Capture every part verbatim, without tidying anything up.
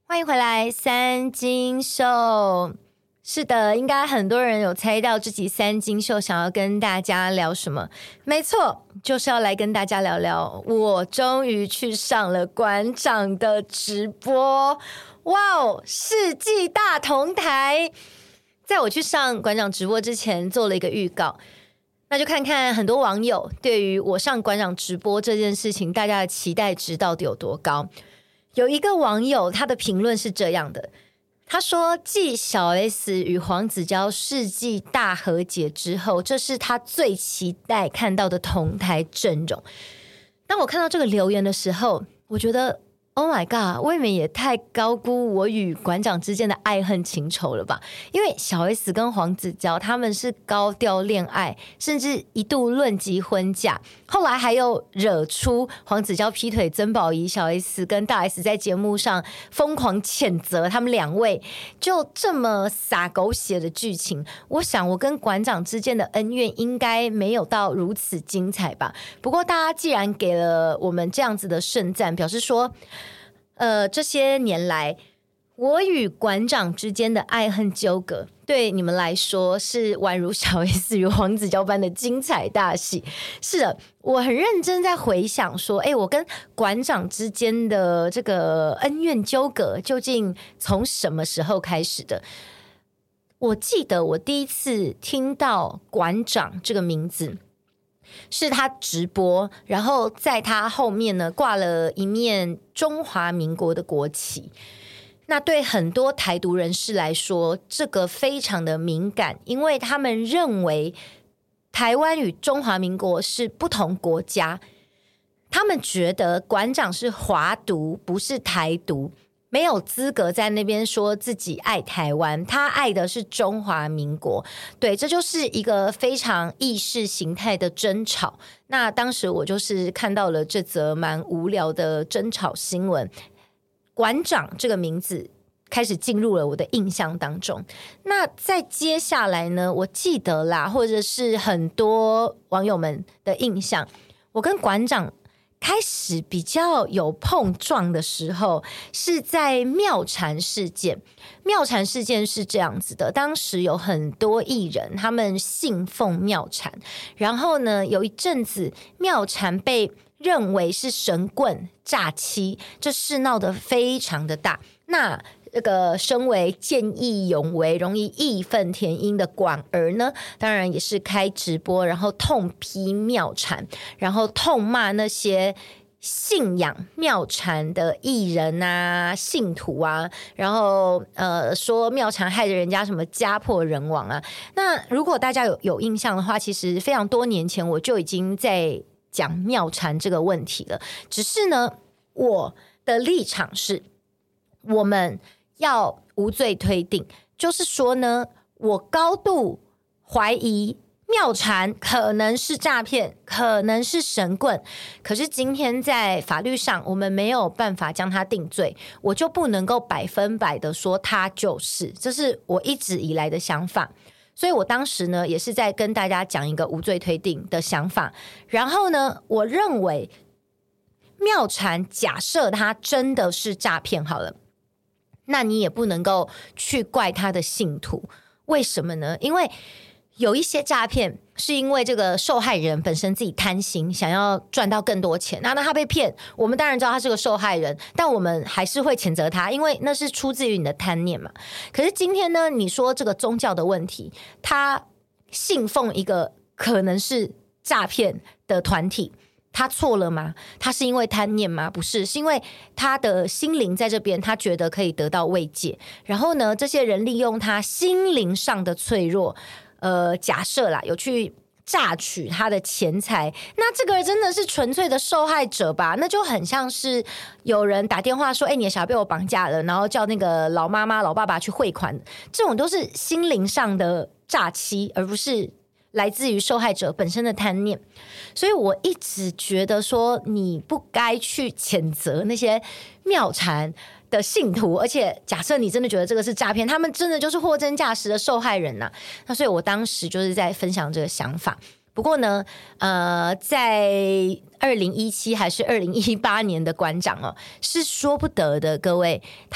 欢迎回来，三金秀。是的，应该很多人有猜到这集三金秀想要跟大家聊什么。没错，就是要来跟大家聊聊我终于去上了馆长的直播。哇哦，世纪大同台！在我去上馆长直播之前做了一个预告，那就看看很多网友对于我上馆长直播这件事情大家的期待值到底有多高。有一个网友他的评论是这样的，他说继小 S 与黄子佼世纪大和解之后，这是他最期待看到的同台阵容。当我看到这个留言的时候，我觉得 Oh my god， 未免也太高估我与馆长之间的爱恨情仇了吧。因为小 S 跟黄子佼他们是高调恋爱，甚至一度论及婚嫁，后来还有惹出黄子佼劈腿曾宝仪，小 S 跟大 S 在节目上疯狂谴责他们两位，就这么洒狗血的剧情，我想我跟馆长之间的恩怨应该没有到如此精彩吧。不过大家既然给了我们这样子的盛赞，表示说呃，这些年来我与馆长之间的爱恨纠葛对你们来说是宛如小 S 与黄子佼般的精彩大戏。是的，我很认真在回想说，哎，我跟馆长之间的这个恩怨纠葛究竟从什么时候开始的。我记得我第一次听到馆长这个名字是他直播，然后在他后面呢挂了一面中华民国的国旗。那对很多台独人士来说，这个非常的敏感，因为他们认为台湾与中华民国是不同国家，他们觉得馆长是华独，不是台独，没有资格在那边说自己爱台湾，他爱的是中华民国。对，这就是一个非常意识形态的争吵。那当时我就是看到了这则蛮无聊的争吵新闻，馆长这个名字开始进入了我的印象当中。那在接下来呢，我记得啦，或者是很多网友们的印象，我跟馆长开始比较有碰撞的时候是在妙禅事件。妙禅事件是这样子的，当时有很多艺人他们信奉妙禅，然后呢有一阵子妙禅被认为是神棍诈欺，这事闹得非常的大。那这个身为见义勇为、容易义愤填膺的馆儿呢，当然也是开直播，然后痛批妙禅，然后痛骂那些信仰妙禅的艺人啊、信徒啊，然后呃说妙禅害得人家什么家破人亡啊。那如果大家有有印象的话，其实非常多年前我就已经在讲妙禅这个问题了，只是呢，我的立场是，我们要无罪推定，就是说呢，我高度怀疑妙禅可能是诈骗，可能是神棍，可是今天在法律上我们没有办法将他定罪，我就不能够百分百的说他就是，这是我一直以来的想法。所以我当时呢也是在跟大家讲一个无罪推定的想法，然后呢我认为妙禅假设他真的是诈骗好了，那你也不能够去怪他的信徒。为什么呢？因为有一些诈骗是因为这个受害人本身自己贪心，想要赚到更多钱，那那他被骗，我们当然知道他是个受害人，但我们还是会谴责他，因为那是出自于你的贪念嘛。可是今天呢，你说这个宗教的问题，他信奉一个可能是诈骗的团体，他错了吗？他是因为贪念吗？不是，是因为他的心灵在这边，他觉得可以得到慰藉，然后呢，这些人利用他心灵上的脆弱，呃，假设啦，有去榨取他的钱财，那这个真的是纯粹的受害者吧？那就很像是有人打电话说，哎、欸，你的小孩被我绑架了，然后叫那个老妈妈、老爸爸去汇款，这种都是心灵上的诈欺，而不是来自于受害者本身的贪念。所以我一直觉得说，你不该去谴责那些妙禅的信徒，而且假设你真的觉得这个是诈骗，他们真的就是货真价实的受害人呐、啊。那所以我当时就是在分享这个想法。不过呢，呃，在二零一七还是二零一八年的馆长哦，是说不得的，各位，他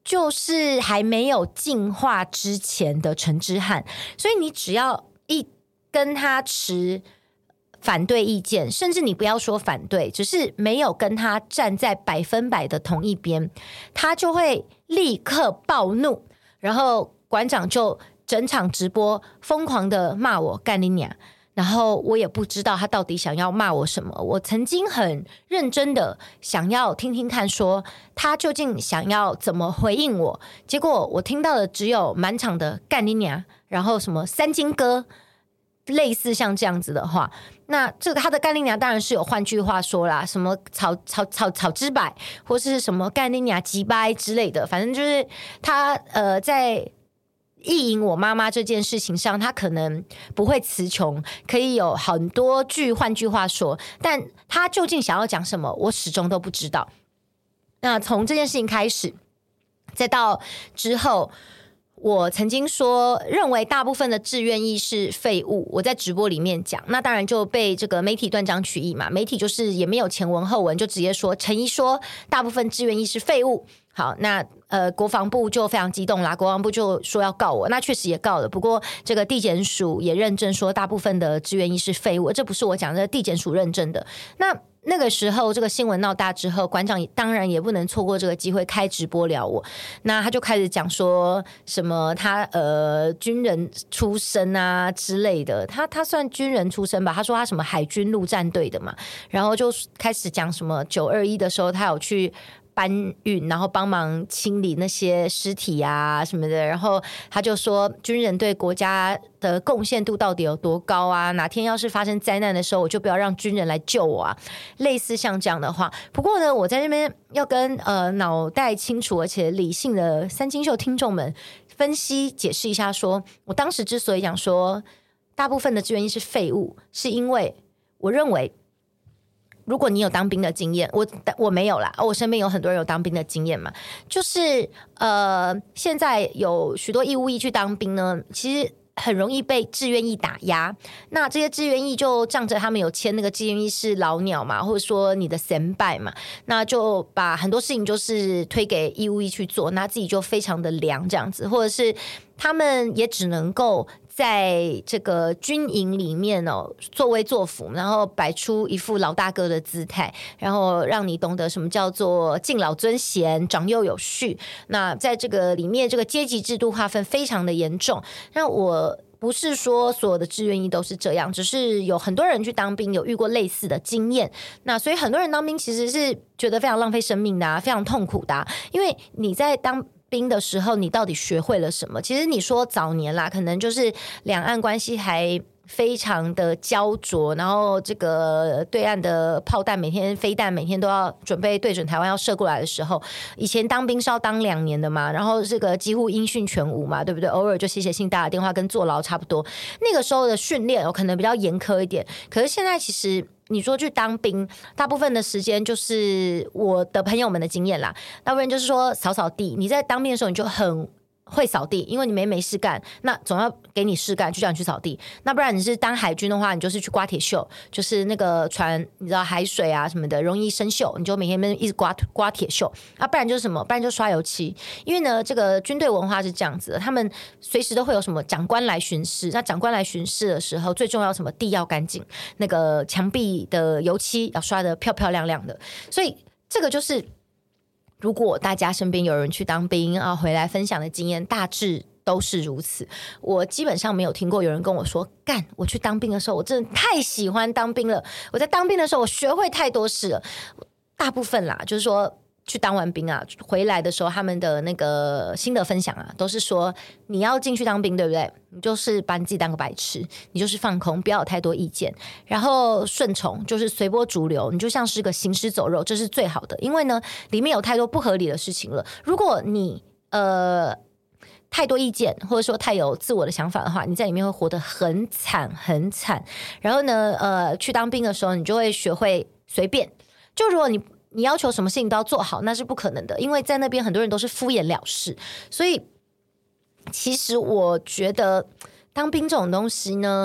就是还没有进化之前的陈之汉，所以你只要一跟他持反对意见，甚至你不要说反对，只是没有跟他站在百分百的同一边，他就会立刻暴怒，然后馆长就整场直播疯狂的骂我干你娘，然后我也不知道他到底想要骂我什么。我曾经很认真的想要听听看说他究竟想要怎么回应我，结果我听到的只有满场的干你娘，然后什么三金哥，类似像这样子的话。那这个他的干你娘当然是有换句话说啦，什么草草草草之百，或是什么干你娘鸡掰之类的，反正就是他呃在意淫我妈妈这件事情上，他可能不会词穷，可以有很多句换句话说，但他究竟想要讲什么，我始终都不知道。那从这件事情开始，再到之后，我曾经说认为大部分的志愿役是废物，我在直播里面讲，那当然就被这个媒体断章取义嘛，媒体就是也没有前文后文，就直接说陈怡说大部分志愿役是废物。好，那呃，国防部就非常激动啦，国防部就说要告我，那确实也告了。不过这个地检署也认证说，大部分的志愿役是废物，这不是我讲的，地检署认证的。那那个时候，这个新闻闹大之后，馆长当然也不能错过这个机会开直播聊我。那他就开始讲说什么他呃军人出身啊之类的，他他算军人出身吧？他说他什么海军陆战队的嘛，然后就开始讲什么九二一的时候，他有去搬运，然后帮忙清理那些尸体啊什么的，然后他就说军人对国家的贡献度到底有多高啊，哪天要是发生灾难的时候，我就不要让军人来救我啊，类似像这样的话。不过呢，我在这边要跟呃脑袋清楚而且理性的三金秀听众们分析解释一下说，我当时之所以讲说大部分的志愿役是废物，是因为我认为如果你有当兵的经验，我我没有啦，我身边有很多人有当兵的经验嘛，就是呃，现在有许多义务役去当兵呢，其实很容易被志愿役打压。那这些志愿役就仗着他们有签那个志愿役是老鸟嘛，或者说你的先辈嘛，那就把很多事情就是推给义务役去做，那自己就非常的凉这样子，或者是他们也只能够在这个军营里面哦作威作福，然后摆出一副老大哥的姿态，然后让你懂得什么叫做敬老尊贤、长幼有序。那在这个里面，这个阶级制度划分非常的严重。那我不是说所有的志愿役都是这样，只是有很多人去当兵有遇过类似的经验。那所以很多人当兵其实是觉得非常浪费生命的啊，非常痛苦的啊，因为你在当兵的时候，你到底学会了什么？其实你说早年啦，可能就是两岸关系还非常的焦灼，然后这个对岸的炮弹每天飞弹每天都要准备对准台湾要射过来的时候，以前当兵是要当两年的嘛，然后这个几乎音讯全无嘛，对不对？偶尔就写写信打打电话，跟坐牢差不多。那个时候的训练有可能比较严苛一点，可是现在其实你说去当兵，大部分的时间就是我的朋友们的经验啦，大部分就是说扫扫地。你在当兵的时候，你就很会扫地，因为你没没事干，那总要给你事干，就叫你去扫地。那不然你是当海军的话，你就是去刮铁锈，就是那个船，你知道海水啊什么的容易生锈，你就每天一直刮刮铁锈啊。不然就是什么，不然就刷油漆。因为呢，这个军队文化是这样子的，他们随时都会有什么长官来巡视。那长官来巡视的时候，最重要什么？地要干净，那个墙壁的油漆要刷得漂漂亮亮的。所以这个就是。如果大家身边有人去当兵啊，回来分享的经验大致都是如此。我基本上没有听过有人跟我说，干，我去当兵的时候，我真的太喜欢当兵了。我在当兵的时候，我学会太多事了。大部分啦，就是说去当完兵啊，回来的时候，他们的那个心得分享啊，都是说你要进去当兵，对不对？你就是把你自己当个白痴，你就是放空，不要有太多意见，然后顺从，就是随波逐流，你就像是个行尸走肉，这是最好的。因为呢，里面有太多不合理的事情了。如果你呃太多意见，或者说太有自我的想法的话，你在里面会活得很惨很惨。然后呢，呃，去当兵的时候，你就会学会随便。就如果你你要求什么事情都要做好，那是不可能的，因为在那边很多人都是敷衍了事。所以其实我觉得当兵这种东西呢，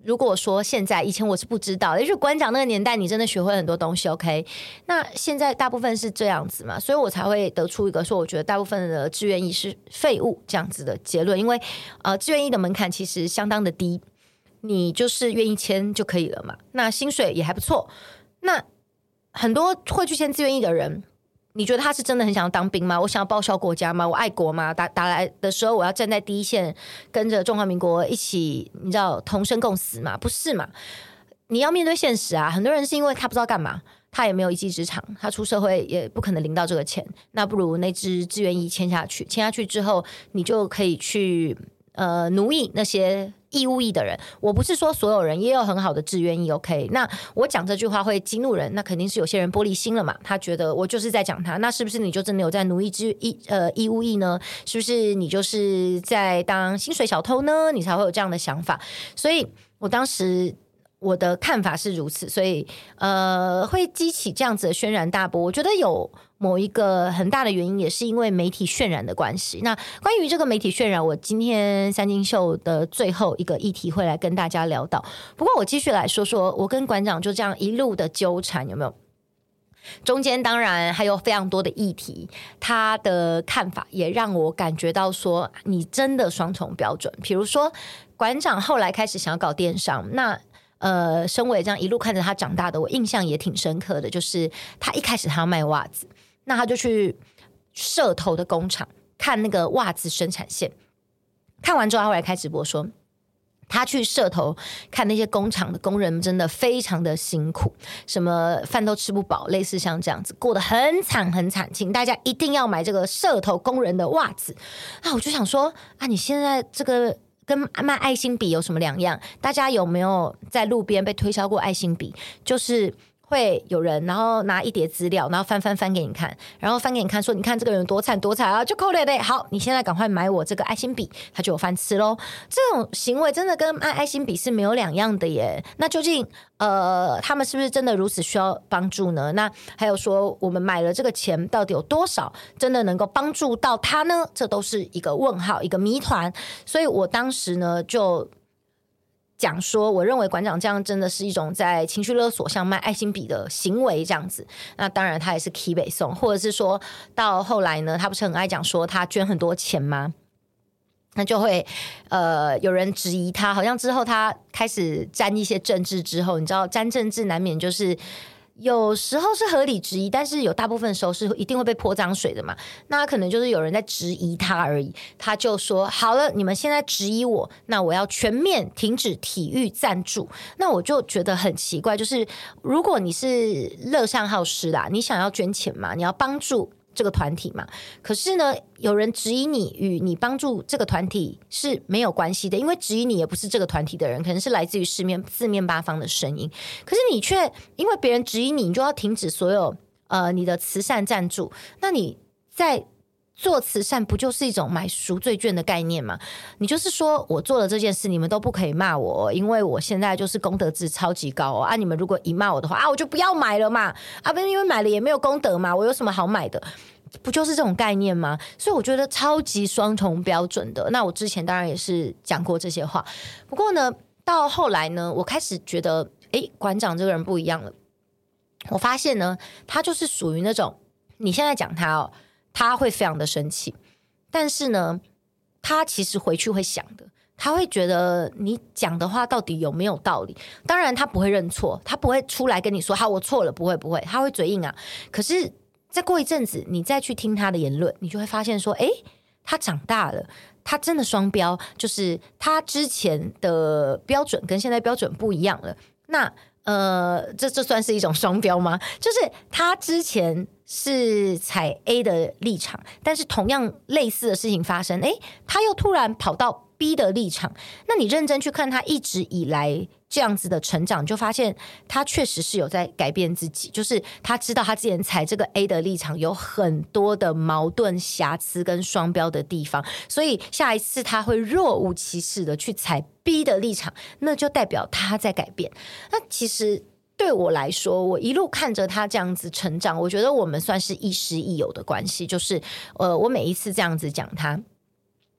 如果说现在以前我是不知道的，也许馆长那个年代你真的学会很多东西 OK， 那现在大部分是这样子嘛，所以我才会得出一个说我觉得大部分的志愿役是废物这样子的结论。因为呃，志愿役的门槛其实相当的低，你就是愿意签就可以了嘛，那薪水也还不错。那很多会去签志愿役的人，你觉得他是真的很想要当兵吗？我想要报效国家吗？我爱国吗？打打来的时候我要站在第一线，跟着中华民国一起，你知道同生共死吗？不是嘛？你要面对现实啊！很多人是因为他不知道干嘛，他也没有一技之长，他出社会也不可能领到这个钱，那不如那支志愿役签下去，签下去之后，你就可以去呃奴役那些义务役的人。我不是说所有人，也有很好的志愿役 OK。 那我讲这句话会激怒人，那肯定是有些人玻璃心了嘛，他觉得我就是在讲他，那是不是你就真的有在奴役之义呃义务役呢？是不是你就是在当薪水小偷呢？你才会有这样的想法。所以我当时我的看法是如此，所以呃会激起这样子的轩然大波。我觉得有某一个很大的原因，也是因为媒体渲染的关系。那关于这个媒体渲染，我今天三金秀的最后一个议题会来跟大家聊到。不过我继续来说说，我跟馆长就这样一路的纠缠，有没有？中间当然还有非常多的议题，他的看法也让我感觉到说，你真的双重标准。比如说，馆长后来开始想要搞电商，那呃，身为这样一路看着他长大的，我印象也挺深刻的，就是他一开始他要卖袜子，那他就去社头的工厂看那个袜子生产线，看完之后他后来开直播说，他去社头看那些工厂的工人们真的非常的辛苦，什么饭都吃不饱，类似像这样子过得很惨很惨，请大家一定要买这个社头工人的袜子啊！我就想说啊，你现在这个跟卖爱心笔有什么两样？大家有没有在路边被推销过爱心笔？就是会有人然后拿一叠资料，然后翻翻翻给你看，然后翻给你看说，你看这个人多惨多惨啊，就扣了嘞。好，你现在赶快买我这个爱心笔，他就有饭吃咯。这种行为真的跟卖爱心笔是没有两样的耶。那究竟呃，他们是不是真的如此需要帮助呢？那还有说，我们买了这个钱到底有多少真的能够帮助到他呢？这都是一个问号，一个谜团。所以我当时呢就讲说，我认为馆长这样真的是一种在情绪勒索像卖爱心笔的行为这样子。那当然他也是 key 北宋，或者是说到后来呢，他不是很爱讲说他捐很多钱吗？那就会呃有人质疑他，好像之后他开始沾一些政治之后，你知道沾政治难免就是有时候是合理质疑，但是有大部分时候是一定会被泼脏水的嘛。那可能就是有人在质疑他而已，他就说好了，你们现在质疑我，那我要全面停止体育赞助。那我就觉得很奇怪，就是如果你是乐善好施啦，你想要捐钱嘛，你要帮助这个团体嘛，可是呢有人质疑你与你帮助这个团体是没有关系的，因为质疑你也不是这个团体的人，可能是来自于四面四面八方的声音，可是你却因为别人质疑你，你就要停止所有呃你的慈善赞助。那你在做慈善不就是一种买赎罪券的概念吗？你就是说我做了这件事，你们都不可以骂我，因为我现在就是功德值超级高哦啊！你们如果一骂我的话啊，我就不要买了嘛啊！不是因为买了也没有功德嘛，我有什么好买的？不就是这种概念吗？所以我觉得超级双重标准的。那我之前当然也是讲过这些话，不过呢，到后来呢，我开始觉得，诶，馆长这个人不一样了。我发现呢，他就是属于那种你现在讲他哦。他会非常的生气，但是呢他其实回去会想的，他会觉得你讲的话到底有没有道理。当然他不会认错，他不会出来跟你说好我错了，不会不会，他会嘴硬啊。可是再过一阵子你再去听他的言论，你就会发现说，诶，他长大了，他真的双标，就是他之前的标准跟现在标准不一样了。那呃，这这算是一种双标吗？就是他之前是采 A 的立场，但是同样类似的事情发生，诶，他又突然跑到 B 的立场。那你认真去看他一直以来这样子的成长，就发现他确实是有在改变自己，就是他知道他之前采这个 A 的立场有很多的矛盾瑕疵跟双标的地方，所以下一次他会若无其事的去采 B 的立场，那就代表他在改变。那其实对我来说，我一路看着他这样子成长，我觉得我们算是亦师亦友的关系，就是呃，我每一次这样子讲他，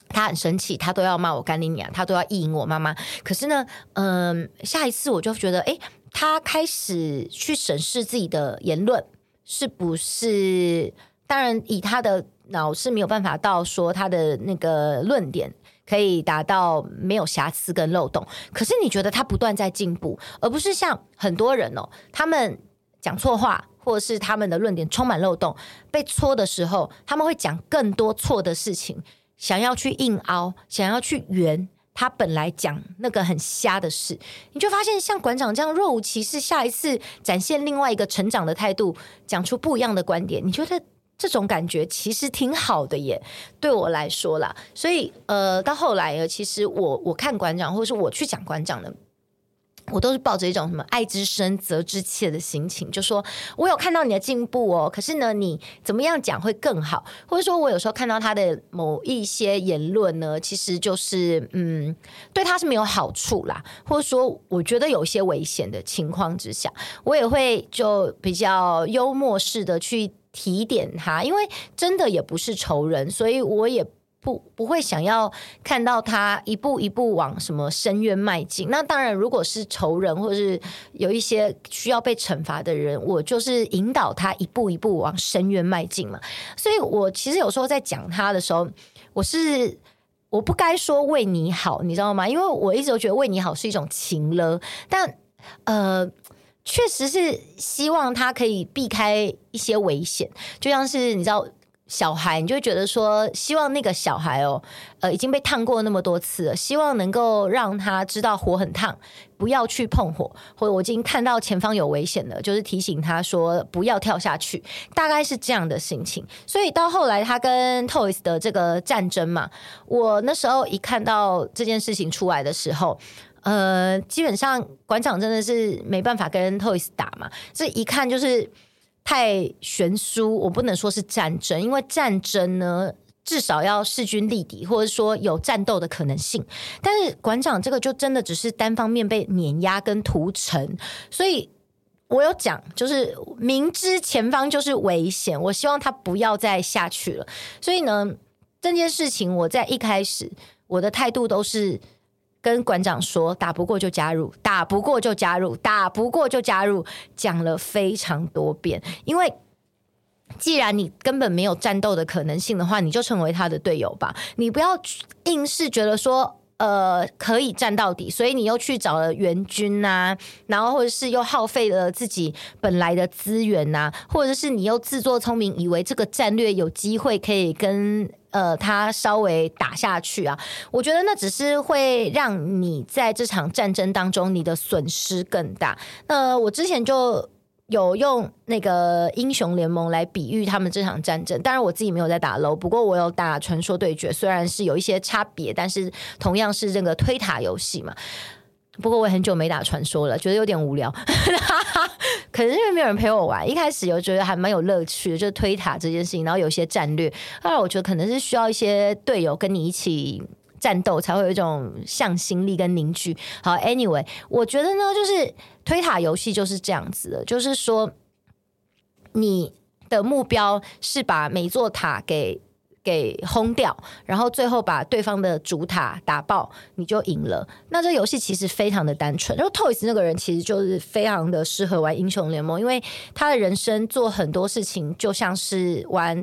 他很生气，他都要骂我干你娘，他都要意淫我妈妈。可是呢，嗯，下一次我就觉得，哎，他开始去审视自己的言论是不是，当然以他的脑是没有办法到说他的那个论点可以达到没有瑕疵跟漏洞。可是你觉得他不断在进步，而不是像很多人哦，他们讲错话，或者是他们的论点充满漏洞，被戳的时候，他们会讲更多错的事情。想要去硬凹，想要去圆他本来讲那个很瞎的事，你就发现像馆长这样若无其事，下一次展现另外一个成长的态度，讲出不一样的观点，你觉得这种感觉其实挺好的耶，对我来说啦。所以呃，到后来呢，其实我我看馆长，或者是我去讲馆长的，我都是抱着一种什么爱之深责之切的心情，就说我有看到你的进步哦，可是呢你怎么样讲会更好，或者说我有时候看到他的某一些言论呢，其实就是嗯对他是没有好处啦，或者说我觉得有一些危险的情况之下，我也会就比较幽默式的去提点他，因为真的也不是仇人，所以我也不, 不会想要看到他一步一步往什么深渊迈进。那当然如果是仇人或是有一些需要被惩罚的人，我就是引导他一步一步往深渊迈进嘛。所以我其实有时候在讲他的时候，我是我不该说为你好，你知道吗？因为我一直都觉得为你好是一种情勒，但呃确实是希望他可以避开一些危险，就像是你知道小孩，你就会觉得说希望那个小孩哦，呃，已经被烫过那么多次了，希望能够让他知道火很烫，不要去碰火，或者我已经看到前方有危险了，就是提醒他说不要跳下去，大概是这样的心情。所以到后来他跟 Toys 的这个战争嘛，我那时候一看到这件事情出来的时候，呃，基本上馆长真的是没办法跟 Toys 打嘛，这一看就是太悬殊，我不能说是战争，因为战争呢至少要势均力敌，或者说有战斗的可能性。但是馆长这个就真的只是单方面被碾压跟屠城，所以我有讲，就是明知前方就是危险，我希望他不要再下去了。所以呢，这件事情我在一开始我的态度都是跟馆长说，打不过就加入，打不过就加入，打不过就加入，讲了非常多遍。因为既然你根本没有战斗的可能性的话，你就成为他的队友吧，你不要硬是觉得说呃，可以战到底，所以你又去找了援军啊，然后或者是又耗费了自己本来的资源啊，或者是你又自作聪明，以为这个战略有机会可以跟呃他稍微打下去啊。我觉得那只是会让你在这场战争当中你的损失更大。那我之前就有用那个英雄联盟来比喻他们这场战争，当然我自己没有在打 L O L， 不过我有打传说对决，虽然是有一些差别，但是同样是这个推塔游戏嘛。不过我也很久没打传说了，觉得有点无聊可能因为没有人陪我玩，一开始有觉得还蛮有乐趣的，就是推塔这件事情，然后有一些战略，后来我觉得可能是需要一些队友跟你一起战斗才会有一种向心力跟凝聚。好 anyway 我觉得呢就是推塔游戏就是这样子的，就是说你的目标是把每座塔给给轰掉，然后最后把对方的主塔打爆，你就赢了。那这游戏其实非常的单纯，然后 Toys 那个人其实就是非常的适合玩英雄联盟，因为他的人生做很多事情就像是玩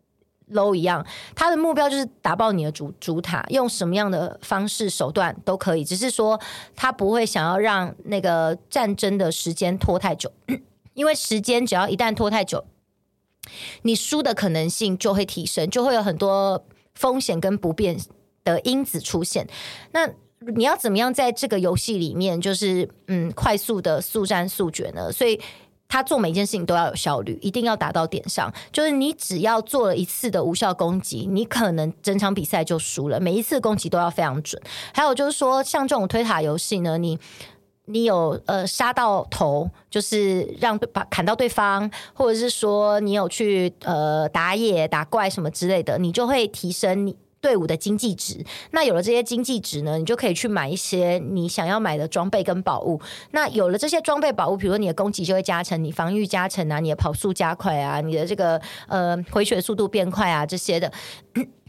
L O L 一样，他的目标就是打爆你的 主, 主塔，用什么样的方式手段都可以，只是说他不会想要让那个战争的时间拖太久因为时间只要一旦拖太久，你输的可能性就会提升，就会有很多风险跟不便的因子出现。那你要怎么样在这个游戏里面就是嗯快速的速战速决呢？所以他做每一件事情都要有效率，一定要打到点上，就是你只要做了一次的无效攻击，你可能整场比赛就输了，每一次攻击都要非常准。还有就是说像这种推塔游戏呢，你你有呃杀到头，就是让把砍到对方，或者是说你有去呃打野打怪什么之类的，你就会提升你队伍的经济值。那有了这些经济值呢，你就可以去买一些你想要买的装备跟宝物。那有了这些装备宝物，比如说你的攻击就会加成，你防御加成啊，你的跑速加快啊，你的这个呃回血速度变快啊，这些的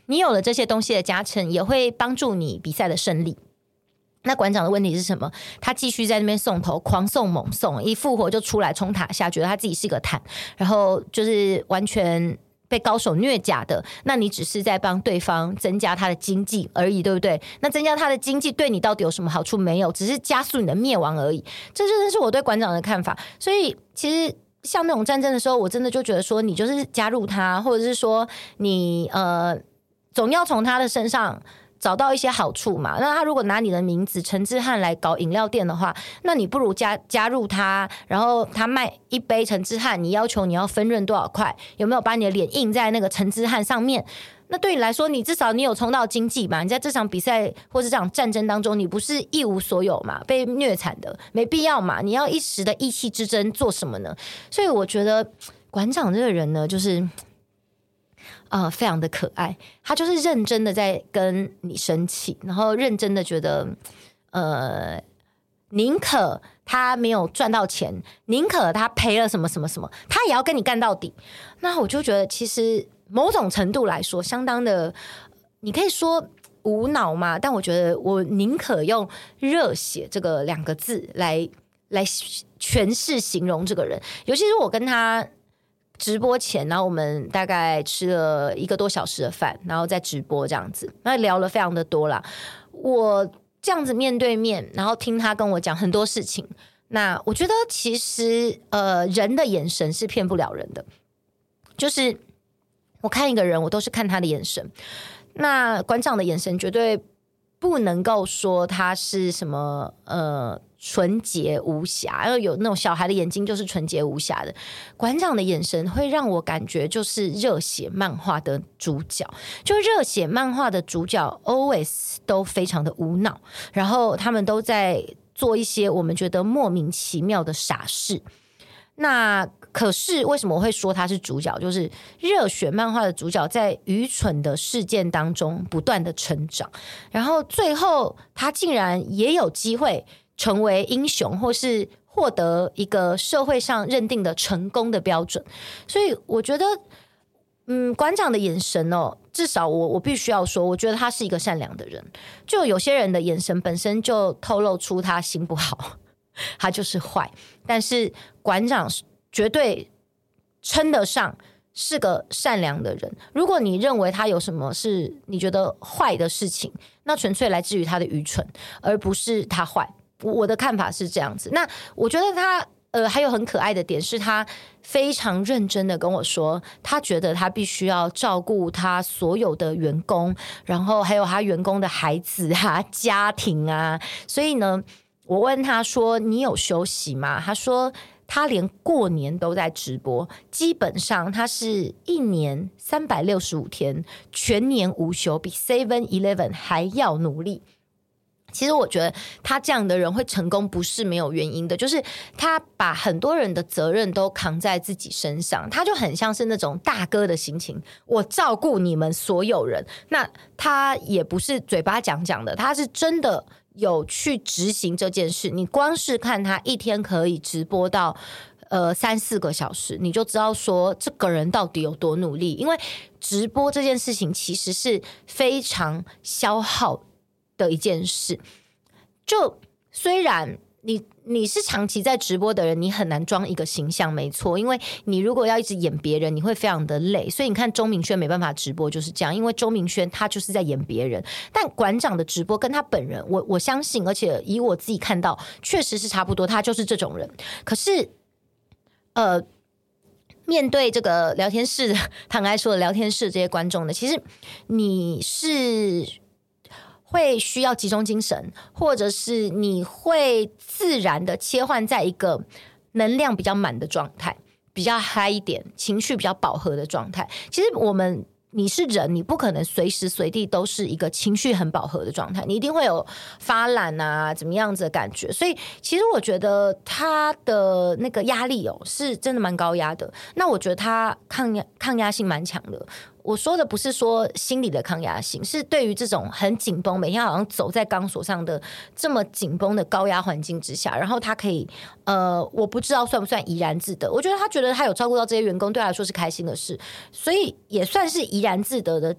你有了这些东西的加成，也会帮助你比赛的胜利。那馆长的问题是什么？他继续在那边送头，狂送猛送，一复活就出来冲塔下，觉得他自己是个坦，然后就是完全被高手虐假的。那你只是在帮对方增加他的经济而已，对不对？那增加他的经济对你到底有什么好处？没有，只是加速你的灭亡而已。这真的是我对馆长的看法。所以其实像那种战争的时候，我真的就觉得说，你就是加入他，或者是说你呃，总要从他的身上找到一些好处嘛。那他如果拿你的名字陈之汉来搞饮料店的话，那你不如加加入他，然后他卖一杯陈之汉，你要求你要分润多少块？有没有把你的脸印在那个陈之汉上面？那对你来说，你至少你有冲到经济嘛？你在这场比赛或是这场战争当中，你不是一无所有嘛？被虐惨的，没必要嘛？你要一时的意气之争做什么呢？所以我觉得馆长这个人呢，就是。呃，非常的可爱，他就是认真的在跟你生气，然后认真的觉得，呃，宁可他没有赚到钱，宁可他赔了什么什么什么，他也要跟你干到底。那我就觉得，其实某种程度来说，相当的，你可以说无脑嘛，但我觉得我宁可用热血这个两个字来来诠释形容这个人，尤其是我跟他。直播前，然后我们大概吃了一个多小时的饭，然后再直播这样子，那聊了非常的多啦。我这样子面对面，然后听他跟我讲很多事情，那我觉得其实呃，人的眼神是骗不了人的，就是我看一个人，我都是看他的眼神。那馆长的眼神绝对不能够说他是什么呃。纯洁无瑕，然后有那种小孩的眼睛就是纯洁无瑕的。馆长的眼神会让我感觉就是热血漫画的主角，就热血漫画的主角 always 都非常的无脑，然后他们都在做一些我们觉得莫名其妙的傻事。那可是为什么我会说他是主角？就是热血漫画的主角在愚蠢的事件当中不断的成长，然后最后他竟然也有机会成为英雄，或是获得一个社会上认定的成功的标准。所以我觉得嗯，馆长的眼神哦，至少我我必须要说，我觉得他是一个善良的人。就有些人的眼神本身就透露出他心不好，他就是坏，但是馆长绝对称得上是个善良的人。如果你认为他有什么是你觉得坏的事情，那纯粹来自于他的愚蠢，而不是他坏。我的看法是这样子。那我觉得他呃还有很可爱的点是，他非常认真的跟我说，他觉得他必须要照顾他所有的员工，然后还有他员工的孩子啊、家庭啊。所以呢，我问他说：“你有休息吗？”他说他连过年都在直播，基本上他是一年三百六十五天全年无休，比 Seven Eleven 还要努力。其实我觉得他这样的人会成功不是没有原因的，就是他把很多人的责任都扛在自己身上，他就很像是那种大哥的心情，我照顾你们所有人。那他也不是嘴巴讲讲的，他是真的有去执行这件事。你光是看他一天可以直播到呃三四个小时，你就知道说这个人到底有多努力。因为直播这件事情其实是非常消耗的一件事，就虽然你你是长期在直播的人，你很难装一个形象，没错，因为你如果要一直演别人，你会非常的累。所以你看钟明轩没办法直播就是这样，因为钟明轩他就是在演别人。但馆长的直播跟他本人，我我相信，而且以我自己看到，确实是差不多，他就是这种人。可是，呃。面对这个聊天室，唐爱说的聊天室这些观众呢，其实你是会需要集中精神，或者是你会自然的切换在一个能量比较满的状态，比较嗨一点，情绪比较饱和的状态。其实我们你是人，你不可能随时随地都是一个情绪很饱和的状态，你一定会有发懒啊怎么样子的感觉。所以其实我觉得他的那个压力哦是真的蛮高压的。那我觉得他抗压抗压性蛮强的。我说的不是说心理的抗压性，是对于这种很紧绷，每天好像走在钢索上的这么紧绷的高压环境之下，然后他可以呃，我不知道算不算怡然自得。我觉得他觉得他有照顾到这些员工，对他来说是开心的事，所以也算是怡然自得的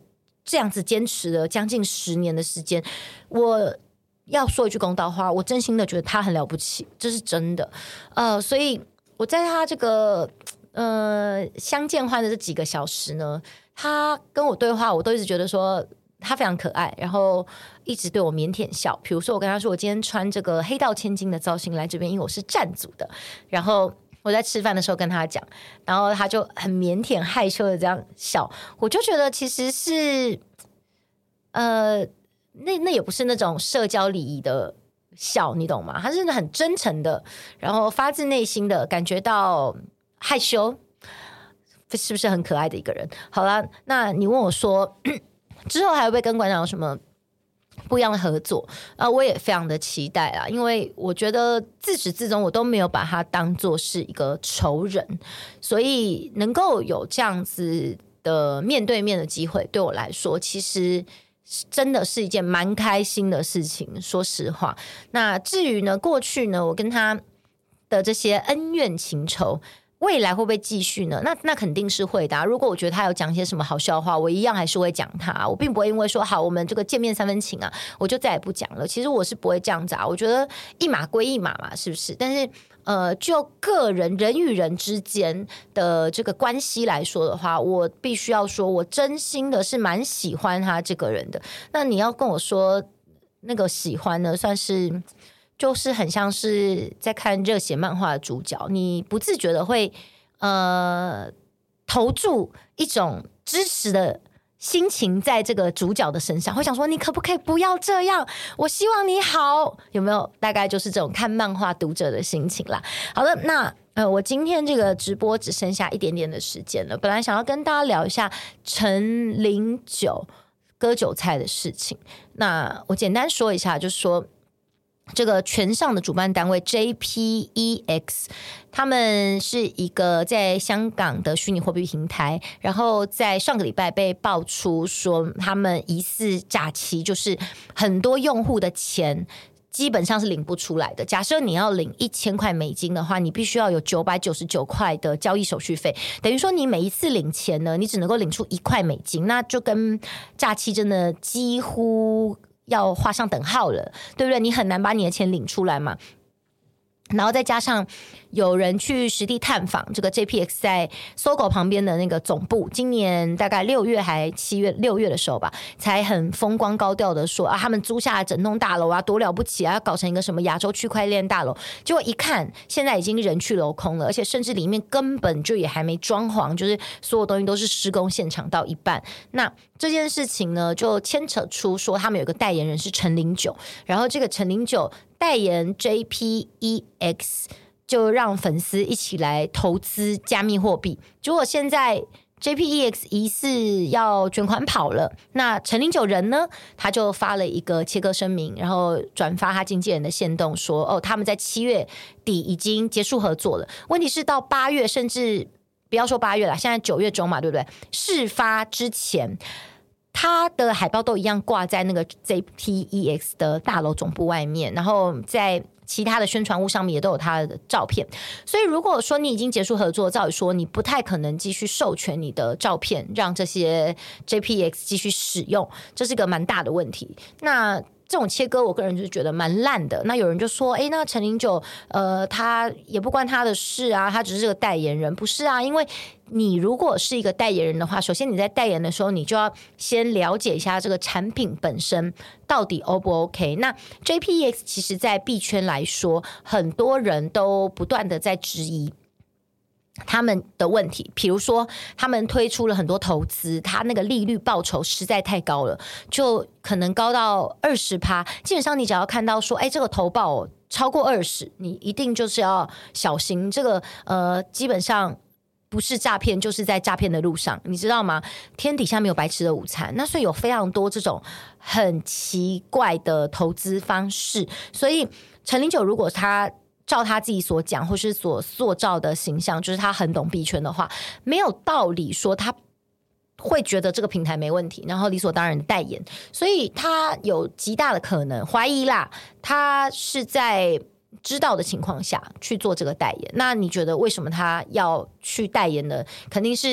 这样子坚持了将近十年的时间，我要说一句公道话，我真心的觉得他很了不起，这是真的。呃，所以我在他这个呃相见欢的这几个小时呢，他跟我对话，我都一直觉得说他非常可爱，然后一直对我腼腆笑。比如说我跟他说我今天穿这个黑道千金的造型来这边，因为我是站组的，然后我在吃饭的时候跟他讲，然后他就很腼腆害羞的这样笑，我就觉得其实是呃那那也不是那种社交礼仪的笑，你懂吗？他是很真诚的，然后发自内心的感觉到害羞，是不是很可爱的一个人？好啦，那你问我说之后还会不会跟馆长有什么不一样的合作啊？我也非常的期待啊，因为我觉得自始至终我都没有把他当作是一个仇人，所以能够有这样子的面对面的机会，对我来说其实真的是一件蛮开心的事情，说实话。那至于呢，过去呢，我跟他的这些恩怨情仇，未来会不会继续呢？那那肯定是会的啊。如果我觉得他有讲一些什么好笑话，我一样还是会讲他。我并不会因为说好我们这个见面三分情啊，我就再也不讲了。其实我是不会这样子啊。我觉得一码归一码嘛，是不是？但是呃，就个人人与人之间的这个关系来说的话，我必须要说，我真心的是蛮喜欢他这个人的。那你要跟我说那个喜欢呢，算是就是很像是在看热血漫画的主角，你不自觉的会呃投注一种支持的心情在这个主角的身上，会想说你可不可以不要这样，我希望你好，有没有？大概就是这种看漫画读者的心情啦。好的，那呃，我今天这个直播只剩下一点点的时间了，本来想要跟大家聊一下陈零九割韭菜的事情，那我简单说一下，就是说这个全上的主办单位 J P E X， 他们是一个在香港的虚拟货币平台，然后在上个礼拜被爆出说他们疑似诈欺，就是很多用户的钱基本上是领不出来的。假设你要领一千块美金的话，你必须要有九百九十九块的交易手续费，等于说你每一次领钱呢，你只能够领出一块美金，那就跟诈欺真的几乎要画上等号了，对不对？你很难把你的钱领出来嘛。然后再加上有人去实地探访这个 J P X 在搜狗旁边的那个总部，今年大概六月还七月六月的时候吧，才很风光高调的说啊，他们租下了整栋大楼啊，多了不起啊，要搞成一个什么亚洲区块链大楼。结果一看，现在已经人去楼空了，而且甚至里面根本就也还没装潢，就是所有东西都是施工现场到一半。那这件事情呢，就牵扯出说他们有一个代言人是陈零九，然后这个陈零九代言 J P E X， 就让粉丝一起来投资加密货币。结果现在 J P E X 疑似要卷款跑了，那陈零九人呢，他就发了一个切割声明，然后转发他经纪人的限动说，哦，他们在七月底已经结束合作了。问题是到八月，甚至不要说八月了，现在九月中嘛，对不对？事发之前，他的海报都一样挂在那个 J P E X 的大楼总部外面，然后在其他的宣传物上面也都有他的照片。所以如果说你已经结束合作，照理说你不太可能继续授权你的照片让这些 J P E X 继续使用，这是个蛮大的问题。那这种切割我个人就是觉得蛮烂的。那有人就说，哎，那陈零九呃他也不关他的事啊，他只是个代言人。不是啊，因为你如果是一个代言人的话，首先你在代言的时候，你就要先了解一下这个产品本身到底 O 不 OK。那 J P E X 其实在币圈来说，很多人都不断的在质疑他们的问题，比如说他们推出了很多投资，他那个利率报酬实在太高了，就可能高到 百分之二十， 基本上你只要看到说，哎，这个投报超过二十，你一定就是要小心，这个呃，基本上不是诈骗就是在诈骗的路上，你知道吗？天底下没有白吃的午餐，那所以有非常多这种很奇怪的投资方式。所以陈零九如果他照他自己所讲或是所塑造的形象，就是他很懂币圈的话，没有道理说他会觉得这个平台没问题，然后理所当然的代言。所以他有极大的可能怀疑啦，他是在知道的情况下去做这个代言。那你觉得为什么他要去代言呢？肯定是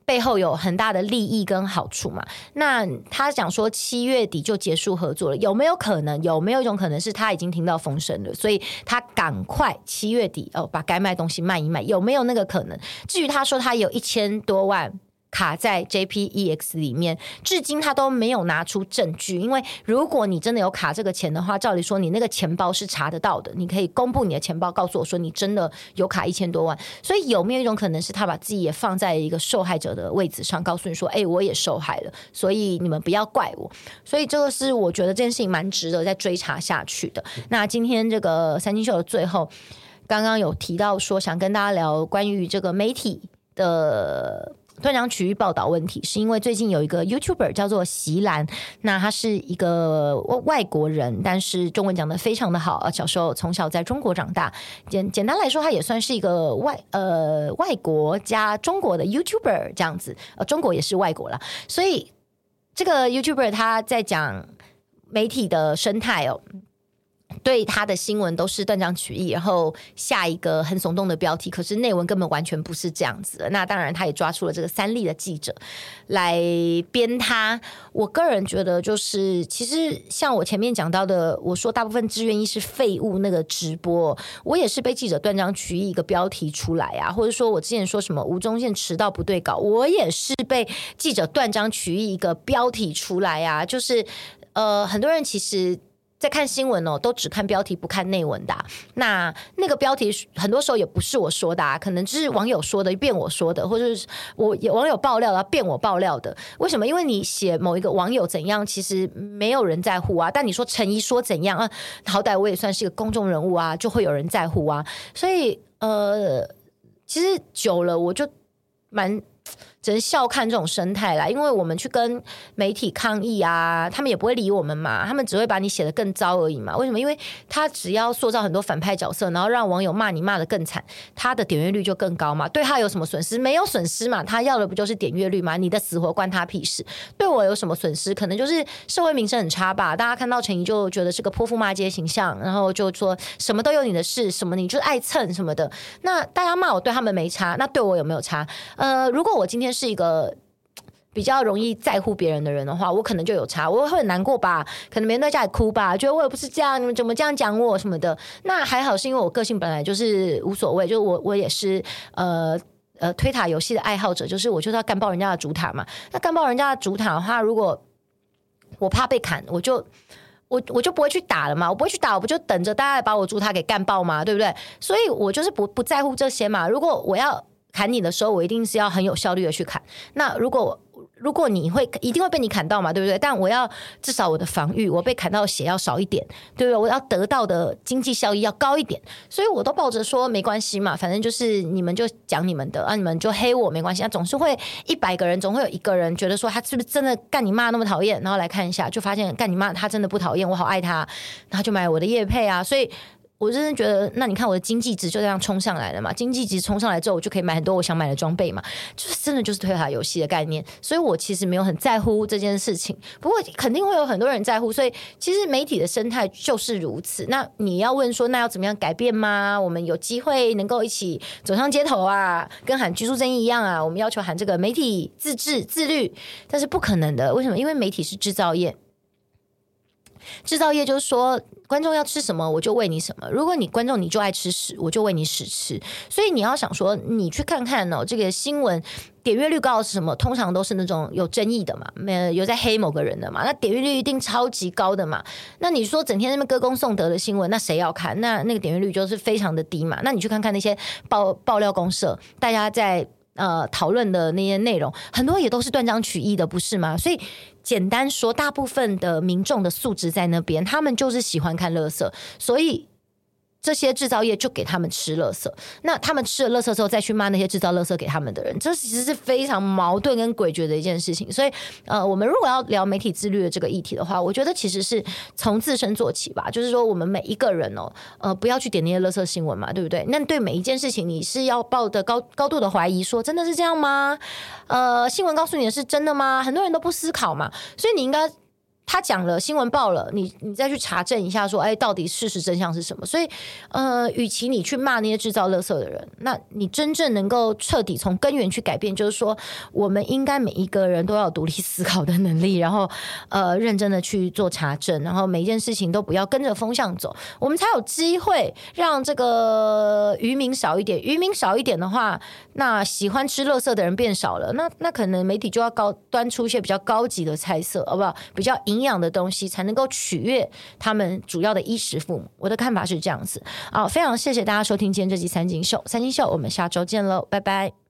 背后有很大的利益跟好处嘛。那他讲说七月底就结束合作了，有没有可能？有没有一种可能是他已经听到风声了，所以他赶快七月底哦把该卖东西卖一卖？有没有那个可能？至于他说他有一千多万卡在 J P E X 里面，至今他都没有拿出证据。因为如果你真的有卡这个钱的话，照理说你那个钱包是查得到的，你可以公布你的钱包，告诉我说你真的有卡一千多万。所以有没有一种可能是他把自己也放在一个受害者的位置上，告诉你说，哎、欸，我也受害了，所以你们不要怪我。所以这个是我觉得这件事情蛮值得再追查下去的。那今天这个三金秀的最后，刚刚有提到说想跟大家聊关于这个媒体的断章取义报道问题，是因为最近有一个 YouTuber 叫做席兰，那他是一个外国人，但是中文讲得非常的好，小时候从小在中国长大，简简单来说，他也算是一个外呃外国加中国的 YouTuber 这样子，呃中国也是外国啦，所以这个 YouTuber 他在讲媒体的生态哦。对他的新闻都是断章取义，然后下一个很耸动的标题，可是内文根本完全不是这样子的。那当然他也抓出了这个三立的记者来编他。我个人觉得就是其实像我前面讲到的，我说大部分志愿役是废物那个直播，我也是被记者断章取义一个标题出来啊，或者说我之前说什么吴宗宪迟到不对稿，我也是被记者断章取义一个标题出来啊。就是呃很多人其实在看新闻哦，都只看标题不看内文的、啊。那那个标题很多时候也不是我说的、啊，可能就是网友说的变我说的，或者是我网友爆料的变我爆料的。为什么？因为你写某一个网友怎样，其实没有人在乎啊。但你说陈怡说怎样啊，好歹我也算是一个公众人物啊，就会有人在乎啊。所以呃，其实久了我就蛮。只能笑看这种生态啦，因为我们去跟媒体抗议啊，他们也不会理我们嘛，他们只会把你写得更糟而已嘛。为什么？因为他只要塑造很多反派角色，然后让网友骂你骂得更惨，他的点阅率就更高嘛。对他有什么损失？没有损失嘛，他要的不就是点阅率嘛？你的死活关他屁事。对我有什么损失？可能就是社会名声很差吧，大家看到陈怡就觉得是个泼妇骂街形象，然后就说什么都有你的事，什么你就是爱蹭什么的。那大家骂我对他们没差，那对我有没有差？呃，如果我今天是一个比较容易在乎别人的人的话，我可能就有差，我会很难过吧，可能每天在家里哭吧，觉得我也不是这样，你们怎么这样讲我什么的。那还好是因为我个性本来就是无所谓，就我我也是呃呃推塔游戏的爱好者，就是我就是要干爆人家的主塔嘛。那干爆人家的主塔的话，如果我怕被砍，我就我我就不会去打了嘛，我不会去打，我不就等着大家来把我主塔给干爆嘛，对不对？所以我就是不不在乎这些嘛。如果我要砍你的时候，我一定是要很有效率的去砍。那如果如果你会一定会被你砍到嘛，对不对？但我要至少我的防御，我被砍到的血要少一点，对不对？我要得到的经济效益要高一点，所以我都抱着说没关系嘛，反正就是你们就讲你们的啊，你们就黑我没关系啊，总是会一百个人总会有一个人觉得说他是不是真的干你妈那么讨厌，然后来看一下就发现干你妈他真的不讨厌，我好爱他，然后就买我的业配啊，所以。我真的觉得，那你看我的经济值就这样冲上来了嘛？经济值冲上来之后，我就可以买很多我想买的装备嘛。就是真的就是推塔游戏的概念，所以我其实没有很在乎这件事情。不过肯定会有很多人在乎，所以其实媒体的生态就是如此。那你要问说，那要怎么样改变吗？我们有机会能够一起走上街头啊，跟喊居住正义一样啊，我们要求喊这个媒体自治自律，但是不可能的。为什么？因为媒体是制造业。制造业就是说，观众要吃什么，我就喂你什么。如果你观众你就爱吃屎，我就喂你屎吃。所以你要想说，你去看看哦，这个新闻点阅率高的是什么？通常都是那种有争议的嘛，有在黑某个人的嘛，那点阅率一定超级高的嘛。那你说整天那边歌功颂德的新闻，那谁要看？那那个点阅率就是非常的低嘛。那你去看看那些爆爆料公社，大家在。呃，讨论的那些内容很多也都是断章取义的，不是吗？所以简单说，大部分的民众的素质在那边，他们就是喜欢看垃圾，所以这些制造业就给他们吃垃圾。那他们吃了垃圾之后，再去骂那些制造垃圾给他们的人，这其实是非常矛盾跟诡谲的一件事情。所以，呃，我们如果要聊媒体自律的这个议题的话，我觉得其实是从自身做起吧。就是说，我们每一个人哦，呃，不要去点那些垃圾新闻嘛，对不对？那对每一件事情，你是要抱的高高度的怀疑，说真的是这样吗？呃，新闻告诉你的是真的吗？很多人都不思考嘛，所以你应该。 他讲了，新闻报了，你你再去查证一下说，哎，到底事实真相是什么？所以，呃，与其你去骂那些制造垃圾的人，那你真正能够彻底从根源去改变，就是说，我们应该每一个人都要有独立思考的能力，然后呃，认真的去做查证，然后每一件事情都不要跟着风向走，我们才有机会让这个渔民少一点。渔民少一点的话，那喜欢吃垃圾的人变少了，那那可能媒体就要高端出一些比较高级的菜色，好不好？比较营养的东西才能够取悦他们主要的衣食父母。我的看法是这样子。好，非常谢谢大家收听今天这集三金秀，三金秀我们下周见喽，拜拜。